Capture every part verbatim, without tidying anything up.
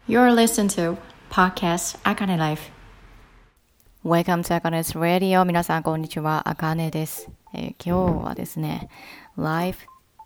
You're listening to Podcast Akane Life. Welcome to Akane's Radio. 皆さんこんにちは、Akane です、えー、今日はですね Life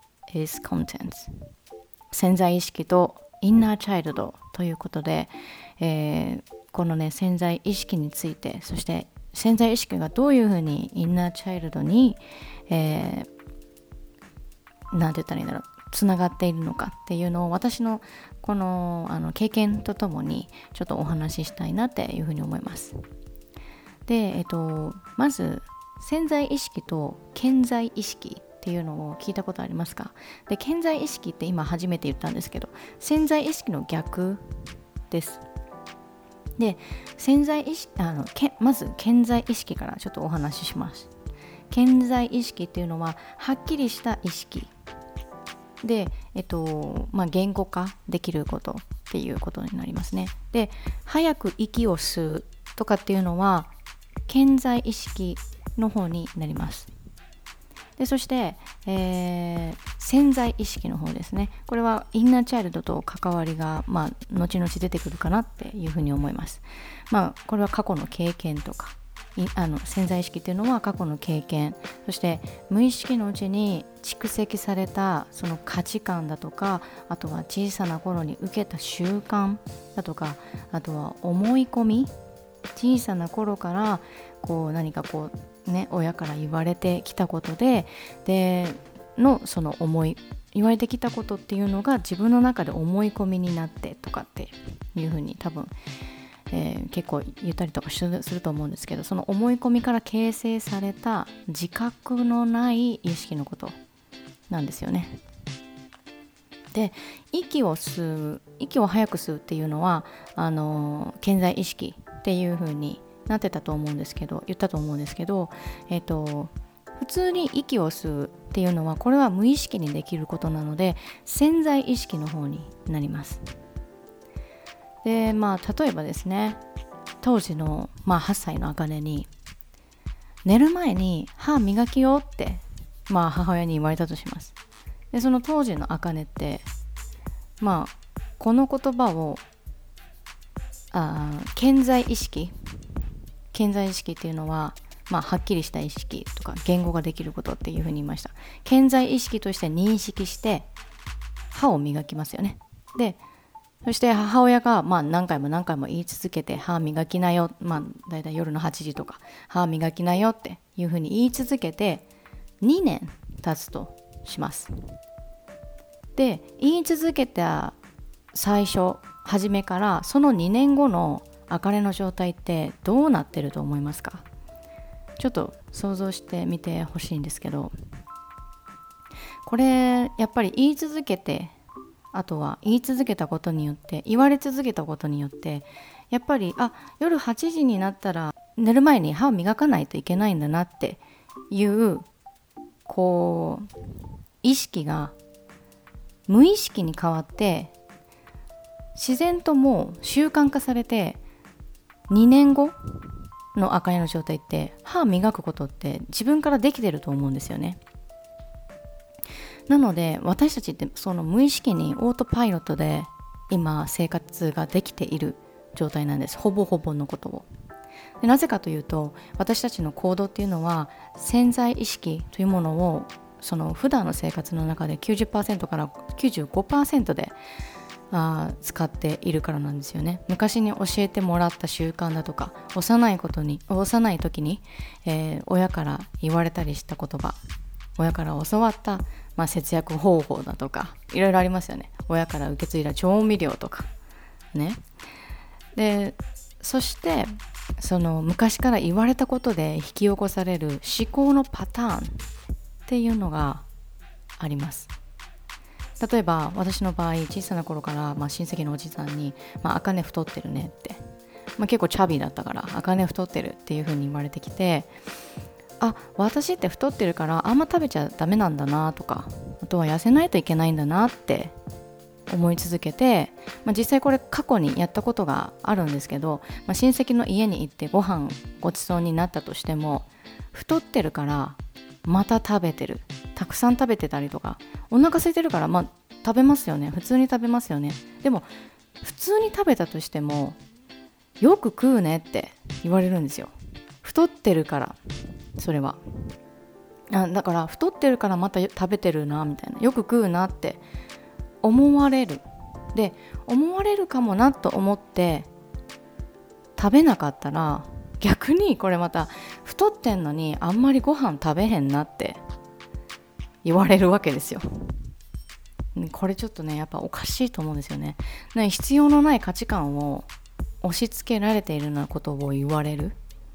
is Contents 潜在意識とインナーチャイルドということで、えー、このね潜在意識について、そして潜在意識がどういうふうにインナーチャイルドに、えー、なんて言ったらいいんだろうつながっているのかっていうのを私のこの、あの経験とともにちょっとお話ししたいなっていうふうに思います。で、えっと、まず潜在意識と顕在意識っていうのを聞いたことありますか？で、顕在意識って今初めて言ったんですけど、潜在意識の逆です。で、潜在意識あのけまず顕在意識からちょっとお話しします。顕在意識っていうのははっきりした意識で、えっとまあ、言語化できることっていうことになりますね。で、早く息を吸うとかっていうのは顕在意識の方になります。で、そして、えー、潜在意識の方ですね。これはインナーチャイルドと関わりが、まあ、後々出てくるかなっていうふうに思います。まあ、これは過去の経験とか、あの潜在意識っていうのは過去の経験、そして無意識のうちに蓄積されたその価値観だとか、あとは小さな頃に受けた習慣だとか、あとは思い込み、小さな頃からこう何かこうね親から言われてきたことででのその思い言われてきたことっていうのが自分の中で思い込みになってとかっていうふうに多分えー、結構言ったりとかすると思うんですけど、その思い込みから形成された自覚のない意識のことなんですよね。で、息を吸う息を早く吸うっていうのはあのー、顕在意識っていう風になってたと思うんですけど言ったと思うんですけど、えっと普通に息を吸うっていうのはこれは無意識にできることなので潜在意識の方になります。で、まあ例えばですね、当時の、まあ、はっさいの茜に寝る前に歯磨きよって、まあ、母親に言われたとします。で、その当時の茜ってまあこの言葉をあ顕在意識顕在意識っていうのは、まあ、はっきりした意識とか言語ができることっていうふうに言いました。顕在意識として認識して歯を磨きますよね。でそして母親がまあ何回も何回も言い続けて歯磨きなよ、まあだいたい夜のはちじとか歯磨きなよっていうふうに言い続けてにねん経つとします。で、言い続けた最初初めからそのにねんごの茜の状態ってどうなってると思いますか？ちょっと想像してみてほしいんですけど、これやっぱり言い続けてあとは言い続けたことによって言われ続けたことによってやっぱりあ夜はちじになったら寝る前に歯を磨かないといけないんだなっていうこう意識が無意識に変わって自然ともう習慣化されてにねんごの茜の状態って歯を磨くことって自分からできてると思うんですよね。なので私たちってその無意識にオートパイロットで今生活ができている状態なんです。ほぼほぼのことを。で、なぜかというと私たちの行動っていうのは潜在意識というものをその普段の生活の中で きゅうじゅっパーセント から きゅうじゅうごパーセント であ使っているからなんですよね。昔に教えてもらった習慣だとか幼いことに幼い時に、えー、親から言われたりした言葉、親から教わった、まあ、節約方法だとかいろいろありますよね。親から受け継いだ調味料とかね。で、そしてその昔から言われたことで引き起こされる思考のパターンっていうのがあります。例えば私の場合小さな頃から、まあ、親戚のおじさんに「まあ、茜太ってるね」って、まあ、結構チャビだったから「茜太ってる」っていう風に言われてきて、あ、私って太ってるからあんま食べちゃダメなんだなとか、あとは痩せないといけないんだなって思い続けて、まあ、実際これ過去にやったことがあるんですけど、まあ、親戚の家に行ってご飯ごちそうになったとしても太ってるからまた食べてる、たくさん食べてたりとか、お腹空いてるからまあ食べますよね、普通に食べますよね。でも普通に食べたとしてもよく食うねって言われるんですよ。太ってるから。それはあだから太ってるからまた食べてるなみたいな、よく食うなって思われる。で思われるかもなと思って食べなかったら、逆にこれまた太ってんのにあんまりご飯食べへんなって言われるわけですよ。これちょっとねやっぱおかしいと思うんですよね。必要のない価値観を押し付けられているようなことを言われる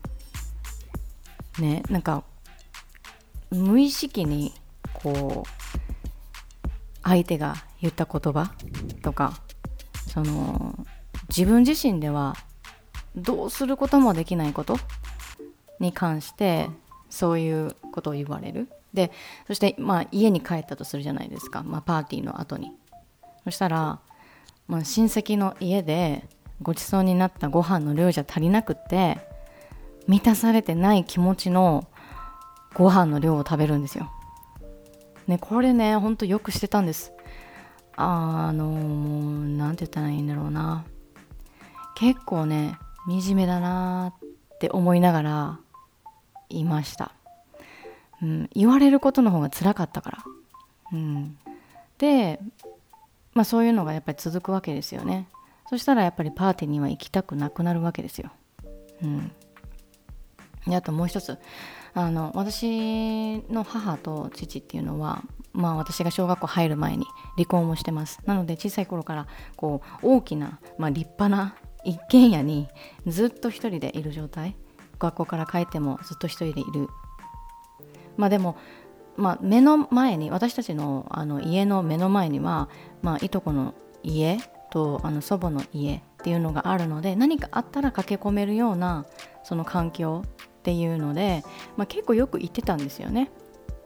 ね。なんか無意識にこう相手が言った言葉とか、その自分自身ではどうすることもできないことに関してそういうことを言われる。でそしてまあ家に帰ったとするじゃないですか、まあ、パーティーの後に。そしたら、まあ、親戚の家でごちそうになったご飯の量じゃ足りなくって満たされてない気持ちのご飯の量を食べるんですよ、ね、これねほんとよくしてたんです。あのもうなんて言ったらいいんだろうな、結構ね惨めだなって思いながらいました、うん、言われることの方が辛かったから、うん、で、まあ、そういうのがやっぱり続くわけですよね。そしたらやっぱりパーティーには行きたくなくなるわけですよ、うん、であともう一つ、あの私の母と父っていうのは、まあ、私が小学校入る前に離婚をしてます。なので小さい頃からこう大きな、まあ、立派な一軒家にずっと一人でいる状態、学校から帰ってもずっと一人でいる。まあでも、まあ、目の前に私たち の, あの家の目の前には、まあ、いとこの家とあの祖母の家っていうのがあるので、何かあったら駆け込めるようなその環境っていうので、まあ、結構よく行ってたんですよね。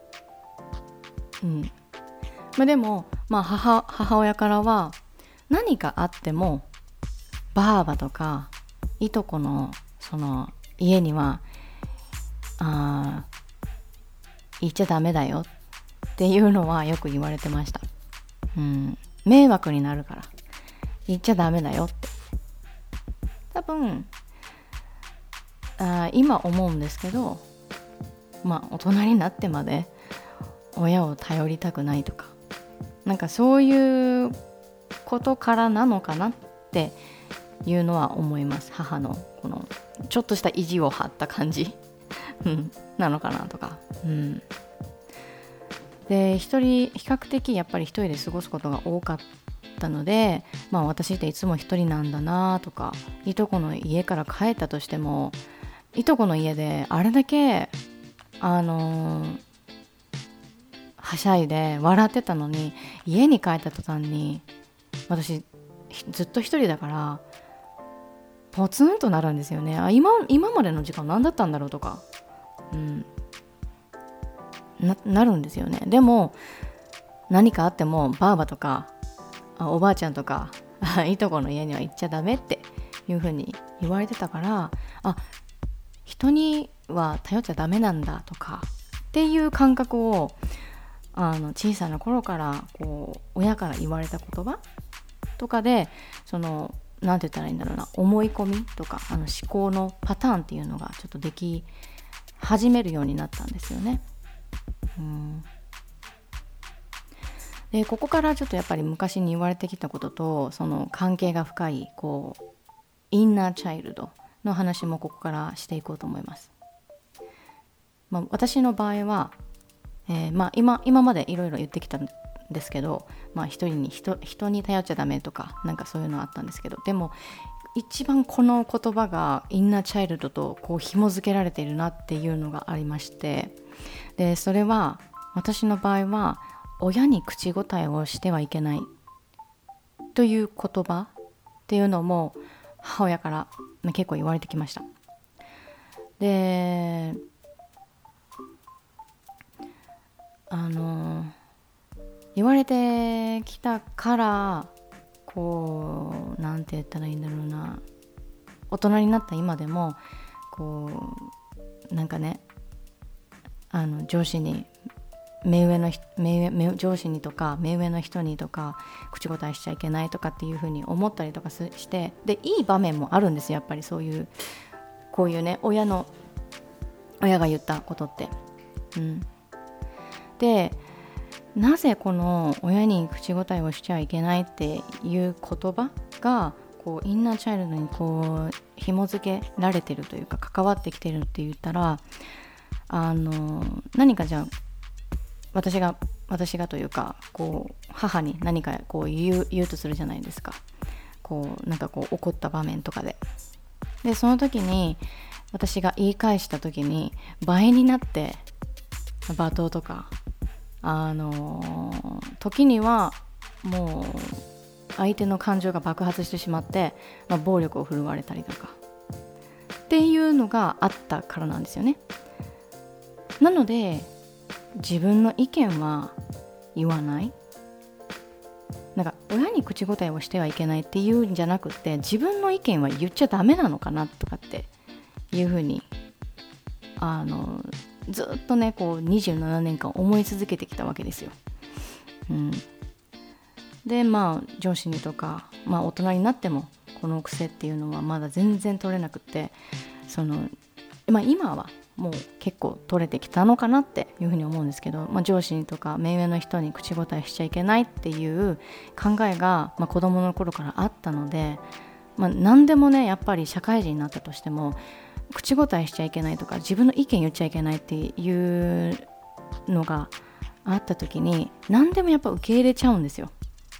うんまあ、でも、まあ、母, 母親からは何かあってもばあばとかいとこのその家にはあ行っちゃダメだよっていうのはよく言われてました、うん、迷惑になるから行っちゃダメだよって。多分あ今思うんですけど、まあ大人になってまで親を頼りたくないとか、なんかそういうことからなのかなっていうのは思います。母のこのちょっとした意地を張った感じなのかなとか、うん、で一人比較的やっぱり一人で過ごすことが多かったので、まあ私っていつも一人なんだなとか、いとこの家から帰ったとしてもいとこの家であれだけあのー、はしゃいで笑ってたのに、家に帰った途端に私ずっと一人だからポツンとなるんですよね。あ 今, 今までの時間何だったんだろうとか、うん、な, なるんですよね。でも何かあってもばあばとかあおばあちゃんとかいとこの家には行っちゃダメっていう風に言われてたから、あ人には頼っちゃダメなんだとかっていう感覚をあの小さな頃からこう親から言われた言葉とかで、そのなんて言ったらいいんだろうな、思い込みとかあの思考のパターンっていうのがちょっとでき始めるようになったんですよね。うんでここからちょっとやっぱり昔に言われてきたこととその関係が深いこうインナーチャイルドの話もここからしていこうと思います。まあ、私の場合は、えーまあ、今, 今までいろいろ言ってきたんですけど、まあ、一人に 人, 人に頼っちゃダメとかなんかそういうのあったんですけど、でも一番この言葉がインナーチャイルドとこう紐付けられているなっていうのがありまして、でそれは私の場合は親に口答えをしてはいけないという言葉っていうのも母親から結構言われてきました。であの言われてきたからこうなんて言ったらいいんだろうな、大人になった今でもこうなんかねあの上司に目上の目上上司にとか目上の人にとか口答えしちゃいけないとかっていうふうに思ったりとかしてでいい場面もあるんですよ。やっぱりそういうこういうね親の親が言ったことって、うん、でなぜこの親に口答えをしちゃいけないっていう言葉がこうインナーチャイルドにこう紐付けられてるというか関わってきてるって言ったらあの何かじゃあ私が私がというかこう母に何かこう言う、言うとするじゃないですか。こうなんかこう怒った場面とかででその時に私が言い返した時に倍になって罵倒とかあの時にはもう相手の感情が爆発してしまって、まあ、暴力を振るわれたりとかっていうのがあったからなんですよね。なので自分の意見は言わない。なんか親に口答えをしてはいけないっていうんじゃなくて自分の意見は言っちゃダメなのかなとかっていうふうにあのずっとねこうにじゅうななねんかん思い続けてきたわけですよ。うん、でまあ上司にとか、まあ、大人になってもこの癖っていうのはまだ全然取れなくてその、まあ、今はもう結構取れてきたのかなっていうふうに思うんですけど、まあ、上司にとか目上の人に口答えしちゃいけないっていう考えが、まあ、子供の頃からあったので、まあ、何でもねやっぱり社会人になったとしても口答えしちゃいけないとか自分の意見言っちゃいけないっていうのがあった時に何でもやっぱ受け入れちゃうんですよ。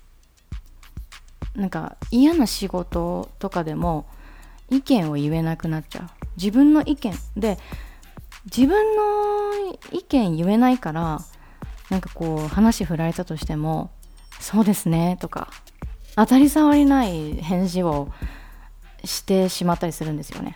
なんか嫌な仕事とかでも意見を言えなくなっちゃう。自分の意見で自分の意見言えないからなんかこう話振られたとしてもそうですねとか当たり障りない返事をしてしまったりするんですよね。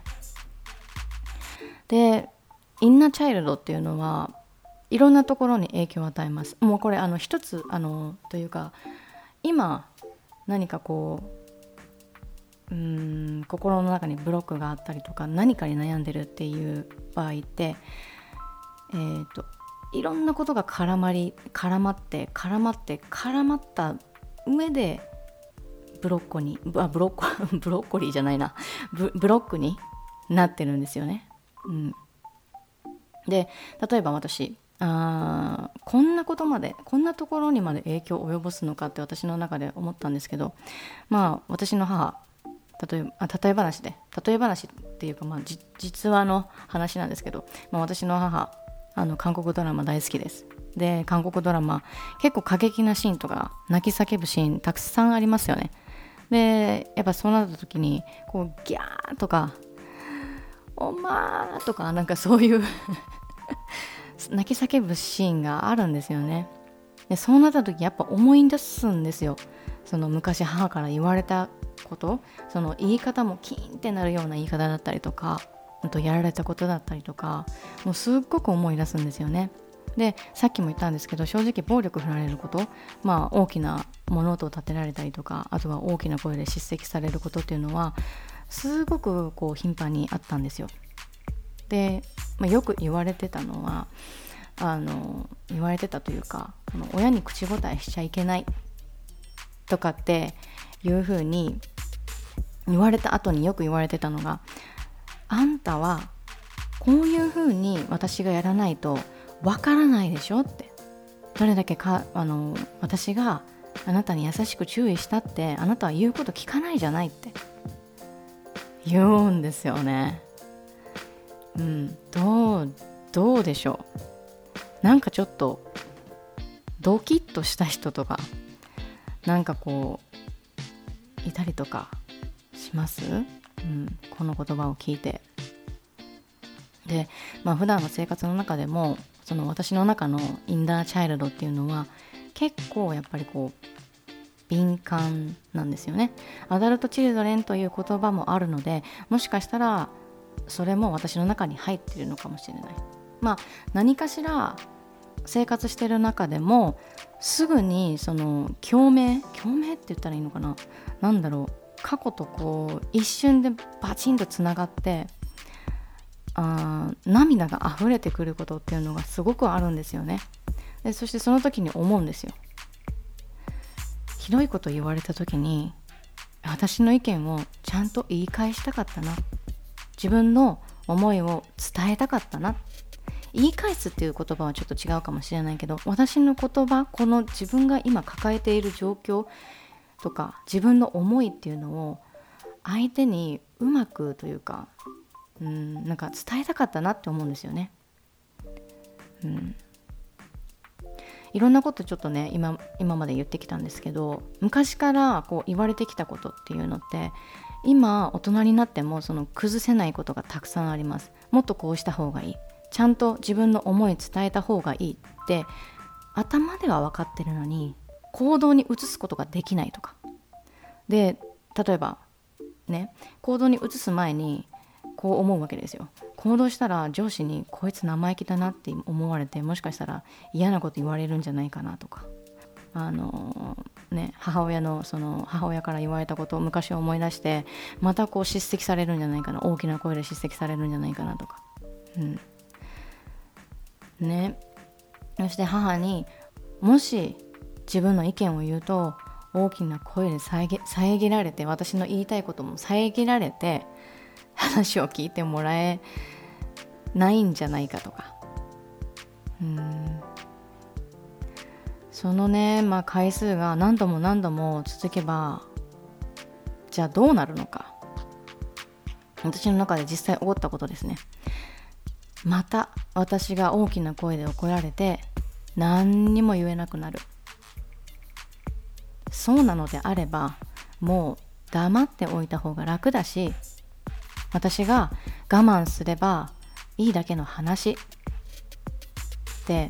でインナーチャイルドっていうのはいろんなところに影響を与えます。もうこれあの一つあのというか今何かこううーん心の中にブロックがあったりとか何かに悩んでるっていう場合ってえーといろんなことが絡まり絡まって絡まって絡まった上でブロッコにあブロッコブロッコリーじゃないな ブ, ブロックになってるんですよね。うん、で例えば私あこんなことまでこんなところにまで影響を及ぼすのかって私の中で思ったんですけど、まあ私の母例えば例え話で例え話っていうか、まあ、じ実話の話なんですけど、まあ、私の母あの韓国ドラマ大好きです。で韓国ドラマ結構過激なシーンとか泣き叫ぶシーンたくさんありますよね。でやっぱそうなった時にこうギャーとかおまーとかなんかそういう泣き叫ぶシーンがあるんですよね。でそうなった時やっぱ思い出すんですよ。その昔母から言われたことその言い方もキーンってなるような言い方だったりとかあとやられたことだったりとかもうすっごく思い出すんですよね。でさっきも言ったんですけど正直暴力振られること、まあ、大きな物音を立てられたりとかあとは大きな声で叱責されることっていうのはすごくこう頻繁にあったんですよ。で、まあ、よく言われてたのはあの言われてたというかこの親に口答えしちゃいけないとかっていう風に言われた後によく言われてたのがあんたはこういう風に私がやらないとわからないでしょってどれだけかあの私があなたに優しく注意したってあなたは言うこと聞かないじゃないって言うんですよね。うん、どうどうでしょう。なんかちょっとドキッとした人とかなんかこういたりとかします、うん、この言葉を聞いて。で、まあ、普段の生活の中でもその私の中のインナーチャイルドっていうのは結構やっぱりこう敏感なんですよね。アダルトチルドレンという言葉もあるのでもしかしたらそれも私の中に入っているのかもしれない。まあ何かしら生活してる中でもすぐにその共鳴共鳴って言ったらいいのかな、なんだろう、過去とこう一瞬でバチンとつながってあ涙が溢れてくることっていうのがすごくあるんですよね。 でそしてその時に思うんですよ。ひどいこと言われた時に私の意見をちゃんと言い返したかったな、自分の思いを伝えたかったな。言い返すっていう言葉はちょっと違うかもしれないけど、私の言葉、この自分が今抱えている状況とか自分の思いっていうのを相手にうまくというか、うん、なんか伝えたかったなって思うんですよね。うん、いろんなことちょっとね 今, 今まで言ってきたんですけど、昔からこう言われてきたことっていうのって今大人になってもその崩せないことがたくさんあります。もっとこうした方がいい、ちゃんと自分の思い伝えた方がいいって頭では分かってるのに行動に移すことができないとかで、例えばね、行動に移す前にこう思うわけですよ。行動したら上司にこいつ生意気だなって思われて、もしかしたら嫌なこと言われるんじゃないかなとか、あのー、ね、母親のその母親から言われたことを昔を思い出してまたこう叱責されるんじゃないかな、大きな声で叱責されるんじゃないかなとか、うんね。そして母にもし自分の意見を言うと大きな声で遮、遮られて、私の言いたいことも遮られて話を聞いてもらえないんじゃないかとか、うーんそのね、まあ、回数が何度も何度も続けばじゃあどうなるのか、私の中で実際起こったことですね。また私が大きな声で怒られて何にも言えなくなる。そうなのであればもう黙っておいた方が楽だし、私が我慢すればいいだけの話って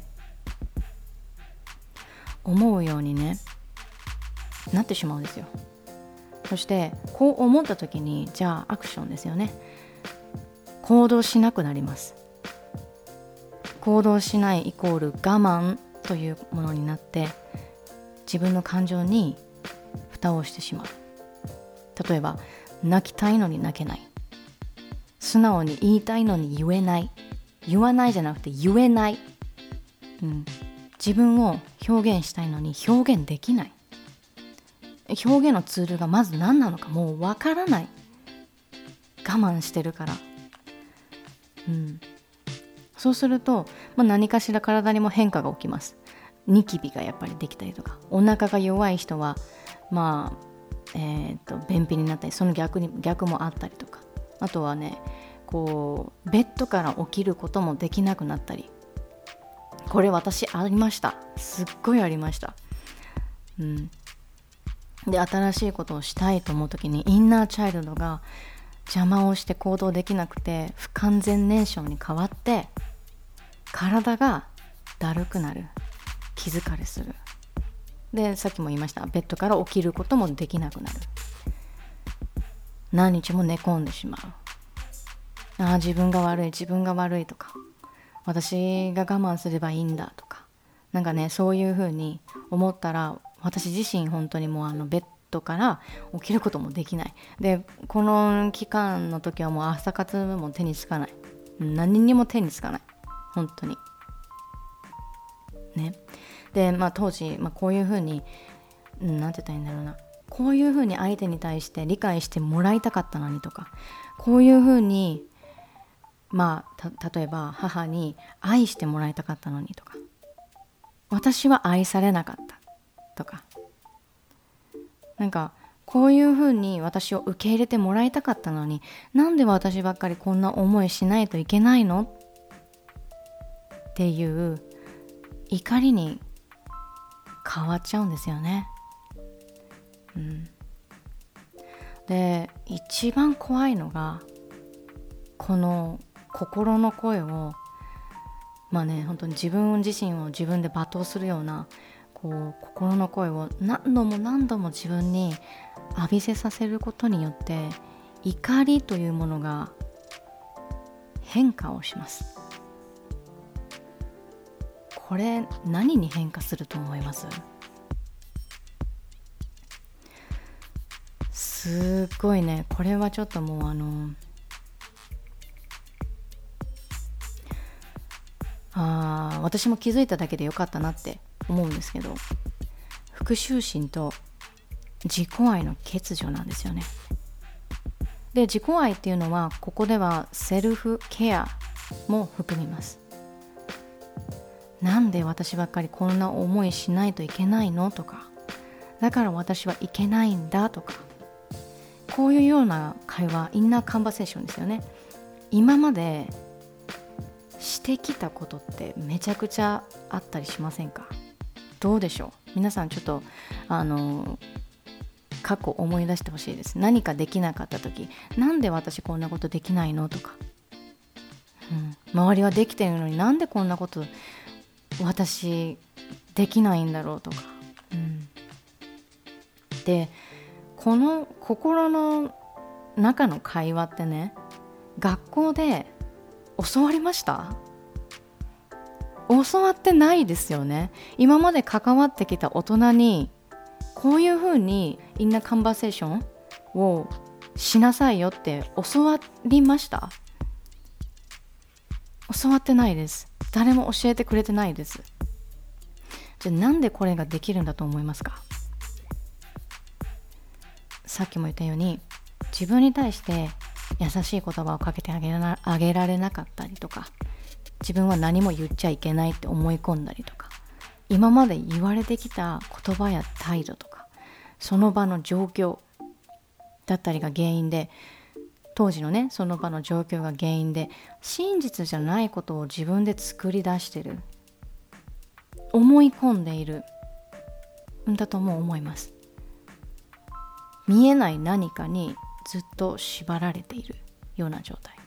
思うようにねなってしまうんですよ。そしてこう思った時にじゃあアクションですよね。行動しなくなります。行動しないイコール我慢というものになって自分の感情に蓋をしてしまう。例えば泣きたいのに泣けない、素直に言いたいのに言えない、言わないじゃなくて言えない、うん、自分を表現したいのに表現できない、表現のツールがまず何なのかもうわからない、我慢してるから、うん、そうすると、まあ、何かしら体にも変化が起きます。ニキビがやっぱりできたりとか、お腹が弱い人はまあえー、と便秘になったり、その逆に逆もあったりとか、あとはねこうベッドから起きることもできなくなったり、これ私ありました。すっごいありました、うん、で新しいことをしたいと思うときにインナーチャイルドが邪魔をして行動できなくて不完全燃焼に変わって体がだるくなる、気疲れする。でさっきも言いました、ベッドから起きることもできなくなる、何日も寝込んでしまう、ああ自分が悪い自分が悪いとか、私が我慢すればいいんだとか、なんかねそういう風に思ったら私自身本当にもうあのベッドから起きることもできないで、この期間の時はもう朝活も手につかない、何にも手につかない、本当にね。で、まあ、当時、まあ、こういうふうに、うん、なんて言ったらいいんだろうな、こういうふうに相手に対して理解してもらいたかったのにとか、こういうふうに、まあ、た例えば母に愛してもらいたかったのにとか、私は愛されなかったとか、なんかこういうふうに私を受け入れてもらいたかったのに、なんで私ばっかりこんな思いしないといけないのっていう怒りに変わっちゃうんですよね、うん、で一番怖いのがこの心の声をまあね本当に自分自身を自分で罵倒するようなこう心の声を何度も何度も自分に浴びせさせることによって怒りというものが変化をします。これ何に変化すると思います？すっごいね、これはちょっともうあのあ私も気づいただけでよかったなって思うんですけど、復讐心と自己愛の欠如なんですよね。で、自己愛っていうのはここではセルフケアも含みます。なんで私ばっかりこんな思いしないといけないのとか、だから私はいけないんだとか、こういうような会話、インナーカンバセーションですよね。今までしてきたことってめちゃくちゃあったりしませんか？どうでしょう？皆さんちょっとあの過去思い出してほしいです。何かできなかった時、なんで私こんなことできないのとか、うん、周りはできてるのになんでこんなこと私できないんだろうとか、うん、でこの心の中の会話ってね、学校で教わりました？教わってないですよね。今まで関わってきた大人にこういうふうにインナーカンバセーションをしなさいよって教わりました？教わってないです。誰も教えてくれてないです。じゃあなんでこれができるんだと思いますか？さっきも言ったように、自分に対して優しい言葉をかけてあげら、あげられなかったりとか、自分は何も言っちゃいけないって思い込んだりとか、今まで言われてきた言葉や態度とか、その場の状況だったりが原因で、当時のねその場の状況が原因で真実じゃないことを自分で作り出してる、思い込んでいるんだとも思います。見えない何かにずっと縛られているような状態、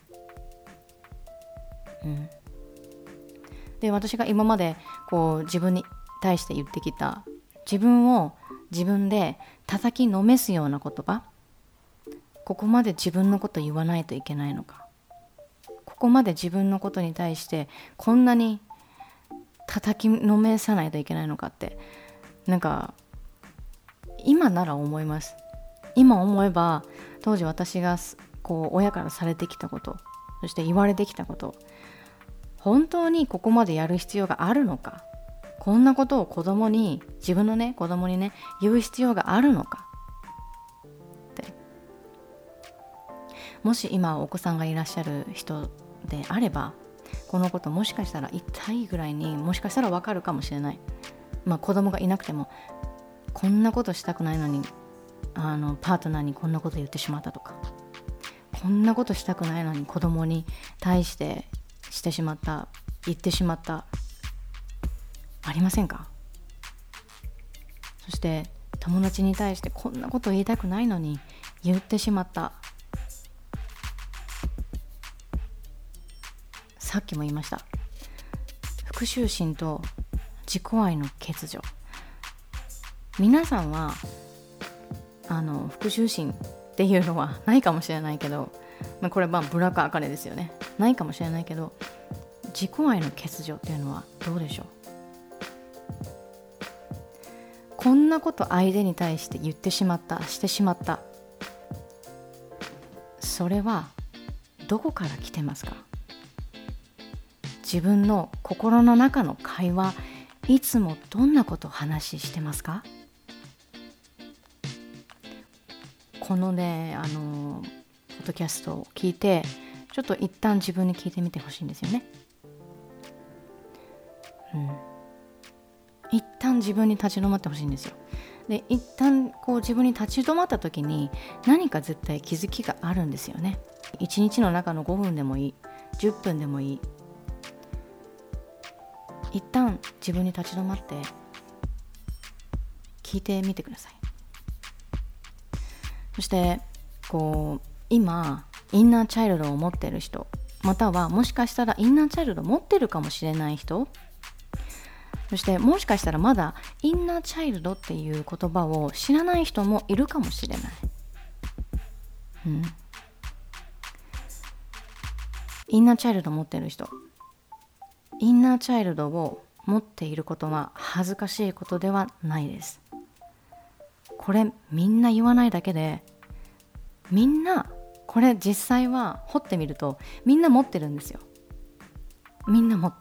うん、で私が今までこう自分に対して言ってきた、自分を自分で叩きのめすような言葉、ここまで自分のこと言わないといけないのか、ここまで自分のことに対してこんなに叩きのめさないといけないのかって、なんか今なら思います。今思えば当時私がこう親からされてきたこと、そして言われてきたこと、本当にここまでやる必要があるのか、こんなことを子供に、自分のね子供にね言う必要があるのかって、もし今お子さんがいらっしゃる人であれば、このこともしかしたら痛いぐらいにもしかしたらわかるかもしれない。まあ子供がいなくても、こんなことしたくないのにあのパートナーにこんなこと言ってしまったとか、こんなことしたくないのに子供に対してしてしまった、言ってしまった、ありませんか？そして友達に対してこんなこと言いたくないのに言ってしまった。さっきも言いました、復讐心と自己愛の欠如。皆さんはあの復讐心っていうのはないかもしれないけど、まあ、これはブラックアカネですよね。ないかもしれないけど、自己愛の欠如っていうのはどうでしょう？こんなこと相手に対して言ってしまった、してしまった、それはどこから来てますか？自分の心の中の会話、いつもどんなことを話してますか？このねあのポッドキャストを聞いて、ちょっと一旦自分に聞いてみてほしいんですよね。うん、一旦自分に立ち止まってほしいんですよ。で一旦こう自分に立ち止まった時に何か絶対気づきがあるんですよね。いちにちの中のごふんでもいい、じゅっぷんでもいい、一旦自分に立ち止まって聞いてみてください。そしてこう今インナーチャイルドを持っている人、またはもしかしたらインナーチャイルドを持ってるかもしれない人、そしてもしかしたらまだインナーチャイルドっていう言葉を知らない人もいるかもしれない、うん、インナーチャイルドを持っている人、インナーチャイルドを持っていることは恥ずかしいことではないです。これみんな言わないだけで、みんなこれ実際は掘ってみるとみんな持ってるんですよ。みんな持ってる。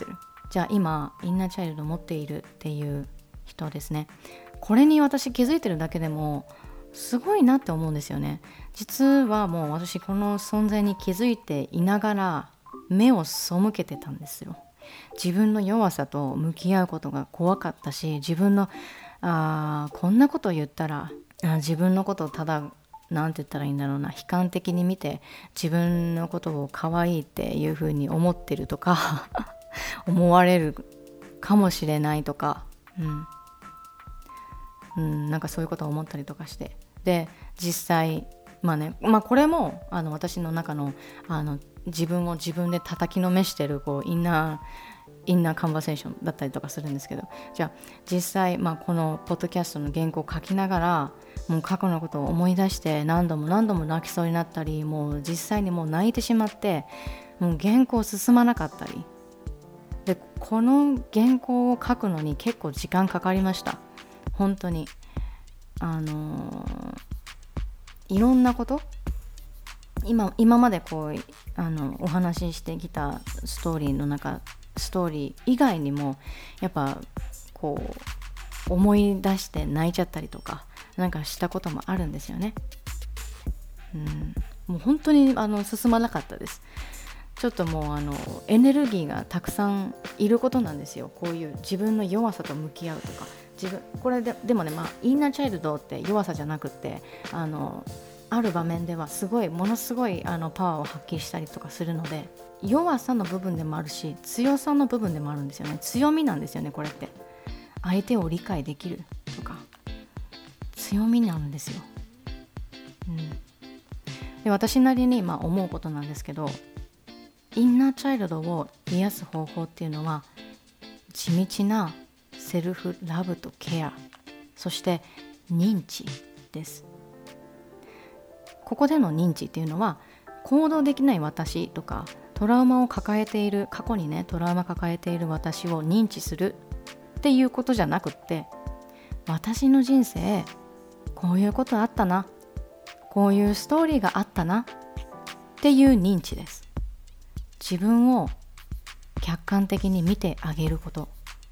じゃあ今インナーチャイルド持っているっていう人ですね。これに私気づいてるだけでもすごいなって思うんですよね。実はもう私この存在に気づいていながら目を背けてたんですよ。自分の弱さと向き合うことが怖かったし、自分のあこんなことを言ったらあ自分のことをただなんて言ったらいいんだろうな、悲観的に見て自分のことを可愛いっていう風に思ってるとか思われるかもしれないとか、うんうん、なんかそういうことを思ったりとかして、で実際まあね、まあこれもあの私の中のあの自分を自分で叩きのめしてるこうインナーインナーカンバセーションだったりとかするんですけど、じゃあ実際、まあ、このポッドキャストの原稿を書きながらもう過去のことを思い出して何度も何度も泣きそうになったり、もう実際にもう泣いてしまってもう原稿進まなかったりで、この原稿を書くのに結構時間かかりました。本当にあのー、いろんなこと今今までこうあのお話ししてきたストーリーの中ストーリー以外にもやっぱこう思い出して泣いちゃったりとかなんかしたこともあるんですよね。うん、もう本当にあの進まなかったです。ちょっともうあのエネルギーがたくさんいることなんですよ。こういう自分の弱さと向き合うとか、自分これででもね、まあインナーチャイルドって弱さじゃなくってあのある場面ではすごいものすごいあのパワーを発揮したりとかするので、弱さの部分でもあるし強さの部分でもあるんですよね。強みなんですよね。これって相手を理解できるとか強みなんですよ。うん、で私なりにまあ思うことなんですけど、インナーチャイルドを癒す方法っていうのは地道なセルフラブとケア、そして認知です。ここでの認知っていうのは行動できない私とかトラウマを抱えている過去にねトラウマ抱えている私を認知するっていうことじゃなくって、私の人生こういうことあったな、こういうストーリーがあったなっていう認知です。自分を客観的に見てあげること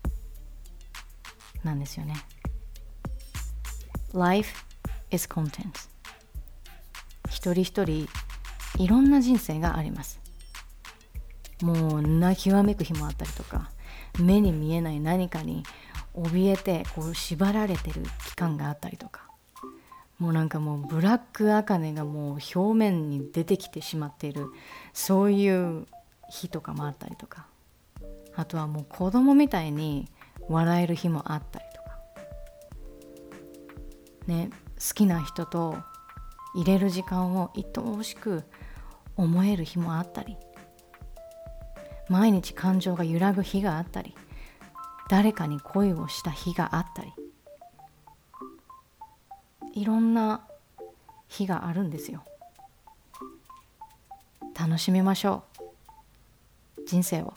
なんですよね。 Life is content。一人一人いろんな人生があります。もう泣きわめく日もあったりとか、目に見えない何かに怯えてこう縛られてる期間があったりとか、もうなんかもうブラック茜がもう表面に出てきてしまっているそういう日とかもあったりとか、あとはもう子供みたいに笑える日もあったりとかね、好きな人と入れる時間を愛おしく思える日もあったり、毎日感情が揺らぐ日があったり、誰かに恋をした日があったり、いろんな日があるんですよ。楽しみましょう、人生を。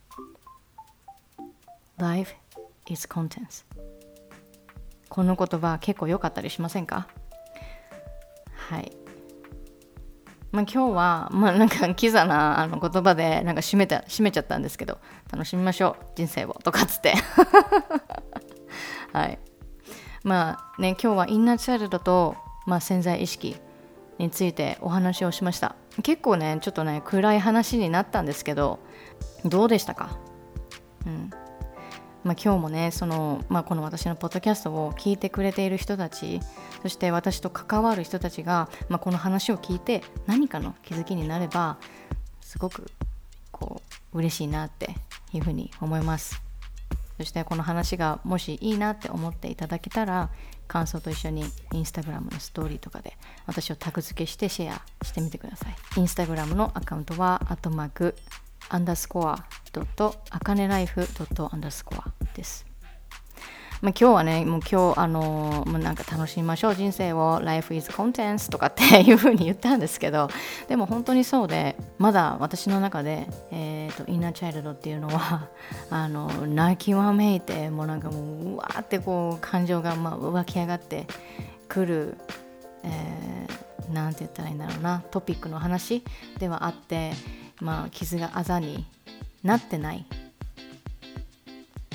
Life is contents。 この言葉結構良かったりしませんか？はい、まあ、今日は、まあ、なんかキザなあの言葉でなんか締めた締めちゃったんですけど、楽しみましょう人生をとかつってはい、まあね、今日はインナーチャイルドと、まあ、潜在意識についてお話をしました。結構ねちょっとね暗い話になったんですけど、どうでしたか？うんまあ、今日もねその、まあ、この私のポッドキャストを聞いてくれている人たち、そして私と関わる人たちが、まあ、この話を聞いて何かの気づきになればすごくこう嬉しいなっていうふうに思います。そしてこの話がもしいいなって思っていただけたら、感想と一緒にインスタグラムのストーリーとかで私をタグ付けしてシェアしてみてください。インスタグラムのアカウントはアットマークアンダースコアドットアカネライフドットアンダースコアです。まあ、今日はねもう今日あのー、もうなんか楽しみましょう人生を Life is contents とかっていう風に言ったんですけど、でも本当にそうで、まだ私の中で、えー、とインナーチャイルドっていうのはあの泣きわめいて、もうなんかもううわーってこう感情がまあ湧き上がってくる、えー、なんて言ったらいいんだろうな、トピックの話ではあって、まあ傷があざになってない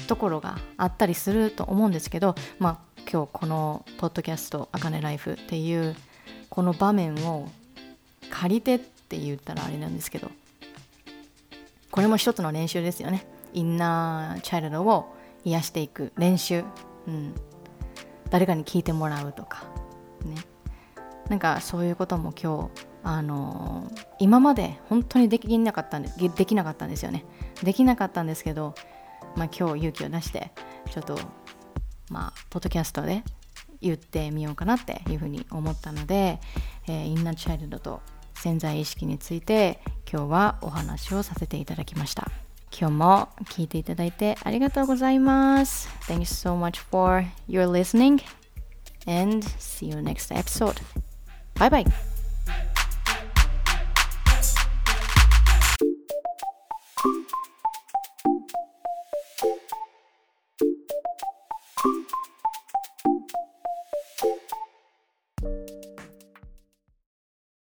ところがあったりすると思うんですけど、まあ今日このポッドキャストあかねライフっていうこの場面を借りてって言ったらあれなんですけど、これも一つの練習ですよね。インナーチャイルドを癒していく練習、うん、誰かに聞いてもらうとかね、なんかそういうことも今日あのー、今まで本当にできなかったんでできなかったんですよね。できなかったんですけど、まあ、今日勇気を出してちょっとまあポッドキャストで言ってみようかなっていうふうに思ったので、えー、インナーチャイルドと潜在意識について今日はお話をさせていただきました。今日も聞いていただいてありがとうございます。 Thank you so much for your listening and see you next episode. Bye bye.